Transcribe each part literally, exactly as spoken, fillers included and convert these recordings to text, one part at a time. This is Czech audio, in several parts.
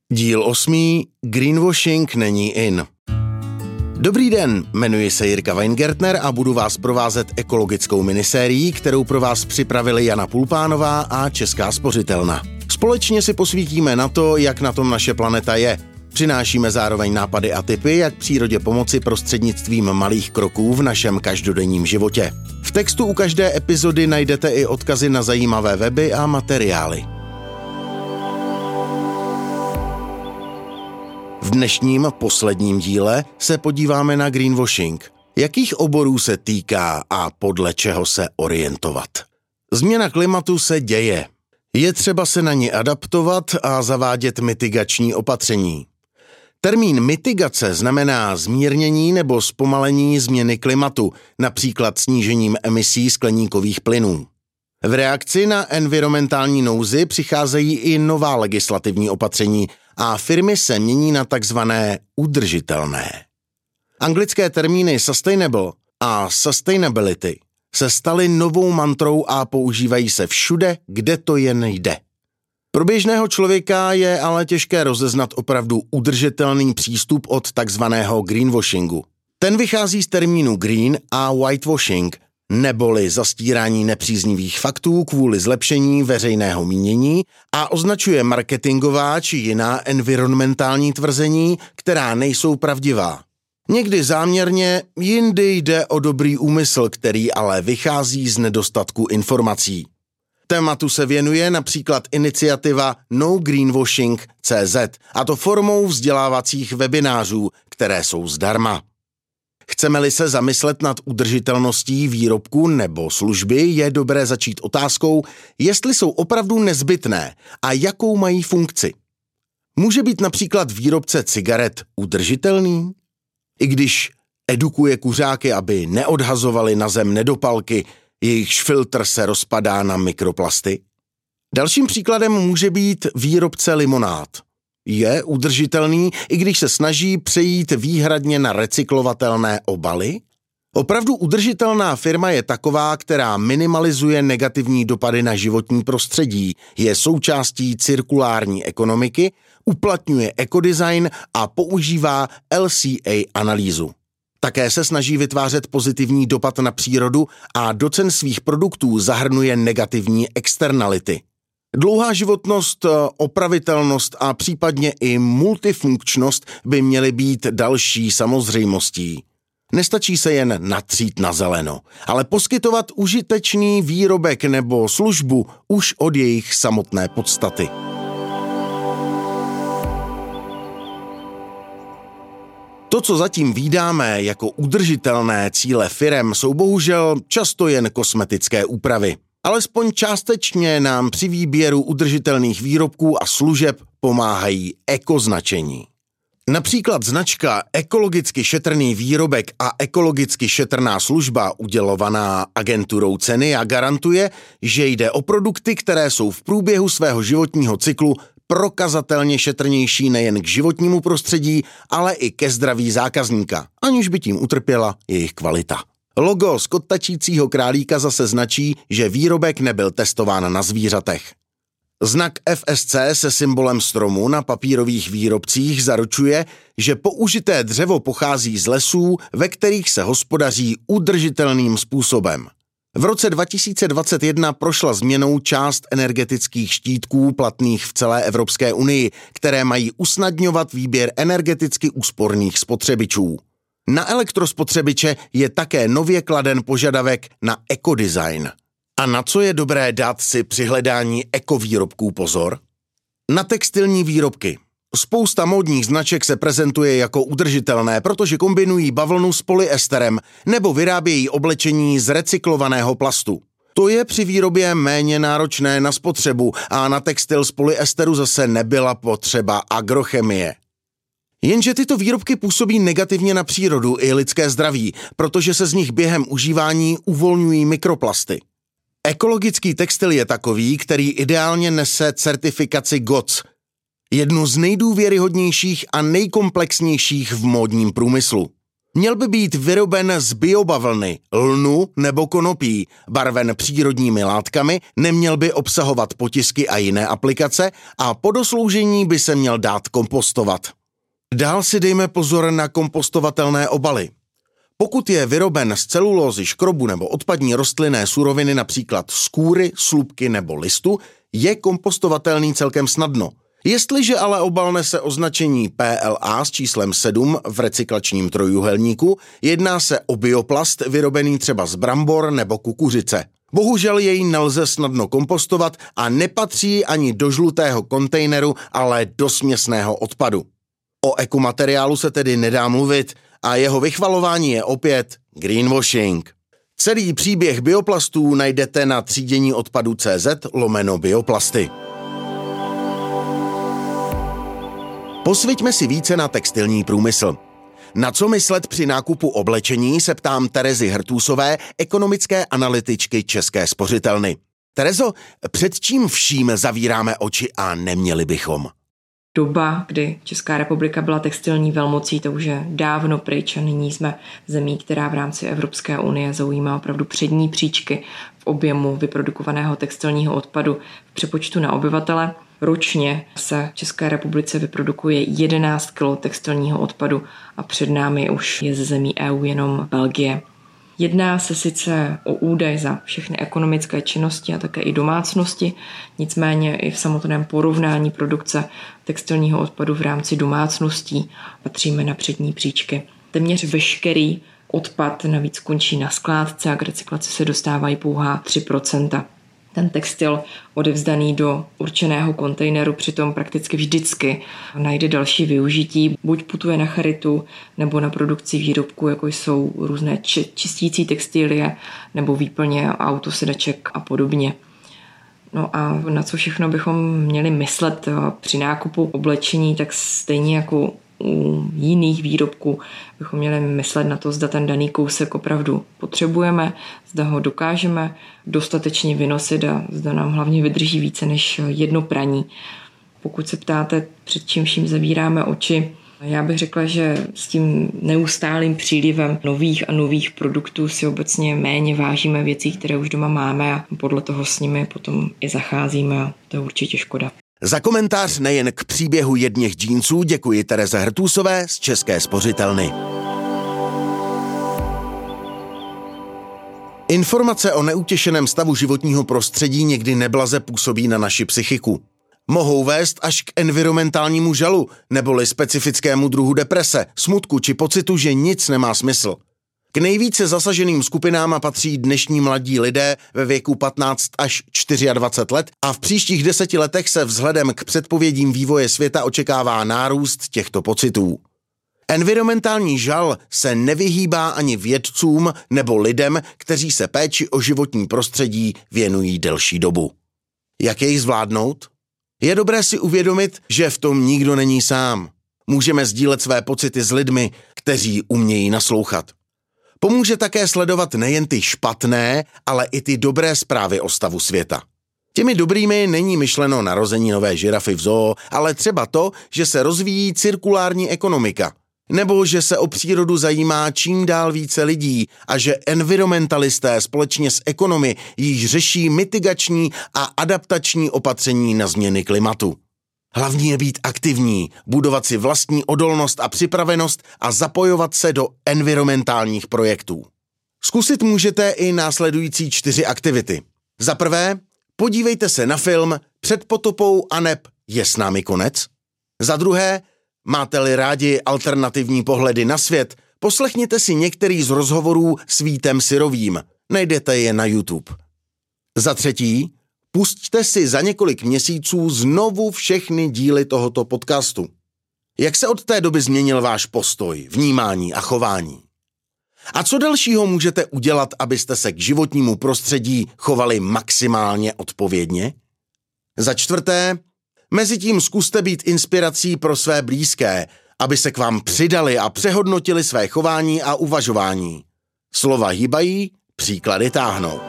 Díl osmý. Greenwashing není in. Dobrý den, jmenuji se Jirka Weingertner a budu vás provázet ekologickou minisérií, kterou pro vás připravili Jana Pulpánová a Česká spořitelna. Společně si posvítíme na to, jak na tom naše planeta je. Přinášíme zároveň nápady a tipy, jak přírodě pomoci prostřednictvím malých kroků v našem každodenním životě. V textu u každé epizody najdete i odkazy na zajímavé weby a materiály. V dnešním posledním díle se podíváme na greenwashing. Jakých oborů se týká a podle čeho se orientovat? Změna klimatu se děje. Je třeba se na ni adaptovat a zavádět mitigační opatření. Termín mitigace znamená zmírnění nebo zpomalení změny klimatu, například snížením emisí skleníkových plynů. V reakci na environmentální nouzi přicházejí i nová legislativní opatření a firmy se mění na takzvané udržitelné. Anglické termíny sustainable a sustainability se staly novou mantrou a používají se všude, kde to jen jde. Pro běžného člověka je ale těžké rozeznat opravdu udržitelný přístup od takzvaného greenwashingu. Ten vychází z termínu green a whitewashing, neboli zastírání nepříznivých faktů kvůli zlepšení veřejného mínění a označuje marketingová či jiná environmentální tvrzení, která nejsou pravdivá. Někdy záměrně, jindy jde o dobrý úmysl, který ale vychází z nedostatku informací. Tématu se věnuje například iniciativa No Greenwashing tečka cé zet, a to formou vzdělávacích webinářů, které jsou zdarma. Chceme-li se zamyslet nad udržitelností výrobku nebo služby, je dobré začít otázkou, jestli jsou opravdu nezbytné a jakou mají funkci. Může být například výrobce cigaret udržitelný? I když edukuje kuřáky, aby neodhazovali na zem nedopalky, jejichž filtr se rozpadá na mikroplasty? Dalším příkladem může být výrobce limonád. Je udržitelný, i když se snaží přejít výhradně na recyklovatelné obaly? Opravdu udržitelná firma je taková, která minimalizuje negativní dopady na životní prostředí, je součástí cirkulární ekonomiky, uplatňuje ekodesign a používá L C A analýzu. Také se snaží vytvářet pozitivní dopad na přírodu a do cen svých produktů zahrnuje negativní externality. Dlouhá životnost, opravitelnost a případně i multifunkčnost by měly být další samozřejmostí. Nestačí se jen natřít na zeleno, ale poskytovat užitečný výrobek nebo službu už od jejich samotné podstaty. To, co zatím vídáme jako udržitelné cíle firem, jsou bohužel často jen kosmetické úpravy. Alespoň částečně nám při výběru udržitelných výrobků a služeb pomáhají ekoznačení. Například značka ekologicky šetrný výrobek a ekologicky šetrná služba udělovaná agenturou Cenia garantuje, že jde o produkty, které jsou v průběhu svého životního cyklu prokazatelně šetrnější nejen k životnímu prostředí, ale i ke zdraví zákazníka, aniž by tím utrpěla jejich kvalita. Logo z kotačícího králíka zase značí, že výrobek nebyl testován na zvířatech. Znak F S C se symbolem stromu na papírových výrobcích zaručuje, že použité dřevo pochází z lesů, ve kterých se hospodaří udržitelným způsobem. V roce dva tisíce dvacet jedna prošla změnou část energetických štítků platných v celé Evropské unii, které mají usnadňovat výběr energeticky úsporných spotřebičů. Na elektrospotřebiče je také nově kladen požadavek na ekodesign. A na co je dobré dát si při hledání ekovýrobků pozor? Na textilní výrobky. Spousta módních značek se prezentuje jako udržitelné, protože kombinují bavlnu s polyesterem nebo vyrábějí oblečení z recyklovaného plastu. To je při výrobě méně náročné na spotřebu a na textil z polyesteru zase nebyla potřeba agrochemie. Jenže tyto výrobky působí negativně na přírodu i lidské zdraví, protože se z nich během užívání uvolňují mikroplasty. Ekologický textil je takový, který ideálně nese certifikaci G O T S, jednu z nejdůvěryhodnějších a nejkomplexnějších v módním průmyslu. Měl by být vyroben z biobavlny, lnu nebo konopí, barven přírodními látkami, neměl by obsahovat potisky a jiné aplikace a po dosloužení by se měl dát kompostovat. Dál si dejme pozor na kompostovatelné obaly. Pokud je vyroben z celulózy, škrobu nebo odpadní rostlinné suroviny, například z kůry, slupky nebo listu, je kompostovatelný celkem snadno. Jestliže ale obal nese označení P L A s číslem sedm v recyklačním trojúhelníku, jedná se o bioplast vyrobený třeba z brambor nebo kukuřice. Bohužel jej nelze snadno kompostovat a nepatří ani do žlutého kontejneru, ale do směsného odpadu. O ekomateriálu se tedy nedá mluvit a jeho vychvalování je opět greenwashing. Celý příběh bioplastů najdete na třídění odpadu tečka cé zet lomeno bioplasty. Posvěďme si více na textilní průmysl. Na co myslet při nákupu oblečení, se ptám Terezy Hrtůsové, ekonomické analytičky České spořitelny. Terezo, před čím vším zavíráme oči a neměli bychom? Doba, kdy Česká republika byla textilní velmocí, to už je dávno pryč a nyní jsme zemí, která v rámci Evropské unie zaujímá opravdu přední příčky v objemu vyprodukovaného textilního odpadu v přepočtu na obyvatele. Ročně se v České republice vyprodukuje jedenáct kilogramů textilního odpadu a před námi už je ze zemí E U jenom Belgie. Jedná se sice o údaj za všechny ekonomické činnosti a také i domácnosti, nicméně i v samotném porovnání produkce textilního odpadu v rámci domácností patříme na přední příčky. Téměř veškerý odpad navíc končí na skládce a k recyklaci se dostávají pouhá tři procenta. Ten textil odevzdaný do určeného kontejneru přitom prakticky vždycky najde další využití, buď putuje na charitu nebo na produkci výrobků, jako jsou různé čistící textilie nebo výplně autosedaček a podobně. No a na co všechno bychom měli myslet při nákupu oblečení, tak stejně jako u jiných výrobků bychom měli myslet na to, zda ten daný kousek opravdu potřebujeme, zda ho dokážeme dostatečně vynosit a zda nám hlavně vydrží více než jedno praní. Pokud se ptáte, před čím vším zavíráme oči, já bych řekla, že s tím neustálým přílivem nových a nových produktů si obecně méně vážíme věcí, které už doma máme a podle toho s nimi potom i zacházíme a to je určitě škoda. Za komentář nejen k příběhu jedněch džínsů děkuji Tereze Hrtůsové z České spořitelny. Informace o neutěšeném stavu životního prostředí někdy neblaze působí na naši psychiku. Mohou vést až k environmentálnímu žalu, neboli specifickému druhu deprese, smutku či pocitu, že nic nemá smysl. K nejvíce zasaženým skupinám patří dnešní mladí lidé ve věku patnáct až dvacet čtyři let a v příštích deseti letech se vzhledem k předpovědím vývoje světa očekává nárůst těchto pocitů. Environmentální žal se nevyhýbá ani vědcům nebo lidem, kteří se péči o životní prostředí věnují delší dobu. Jak jej zvládnout? Je dobré si uvědomit, že v tom nikdo není sám. Můžeme sdílet své pocity s lidmi, kteří umějí naslouchat. Pomůže také sledovat nejen ty špatné, ale i ty dobré zprávy o stavu světa. Těmi dobrými není myšleno narození nové žirafy v zoo, ale třeba to, že se rozvíjí cirkulární ekonomika, nebo že se o přírodu zajímá čím dál více lidí a že environmentalisté společně s ekonomy již řeší mitigační a adaptační opatření na změny klimatu. Hlavní je být aktivní, budovat si vlastní odolnost a připravenost a zapojovat se do environmentálních projektů. Zkusit můžete i následující čtyři aktivity. Za prvé, podívejte se na film Před potopou aneb Je s námi konec. Za druhé, máte-li rádi alternativní pohledy na svět, poslechněte si některý z rozhovorů s Vítem Syrovým. Najdete je na YouTube. Za třetí, pusťte si za několik měsíců znovu všechny díly tohoto podcastu. Jak se od té doby změnil váš postoj, vnímání a chování? A co dalšího můžete udělat, abyste se k životnímu prostředí chovali maximálně odpovědně? Za čtvrté, mezitím zkuste být inspirací pro své blízké, aby se k vám přidali a přehodnotili své chování a uvažování. Slova hýbají, příklady táhnou.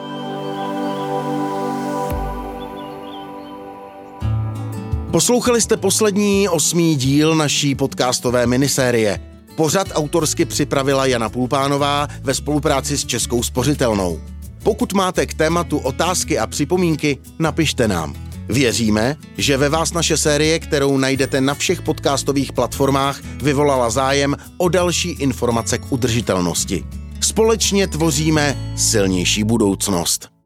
Poslouchali jste poslední osmý díl naší podcastové minisérie. Pořad autorsky připravila Jana Pulpánová ve spolupráci s Českou spořitelnou. Pokud máte k tématu otázky a připomínky, napište nám. Věříme, že ve vás naše série, kterou najdete na všech podcastových platformách, vyvolala zájem o další informace k udržitelnosti. Společně tvoříme silnější budoucnost.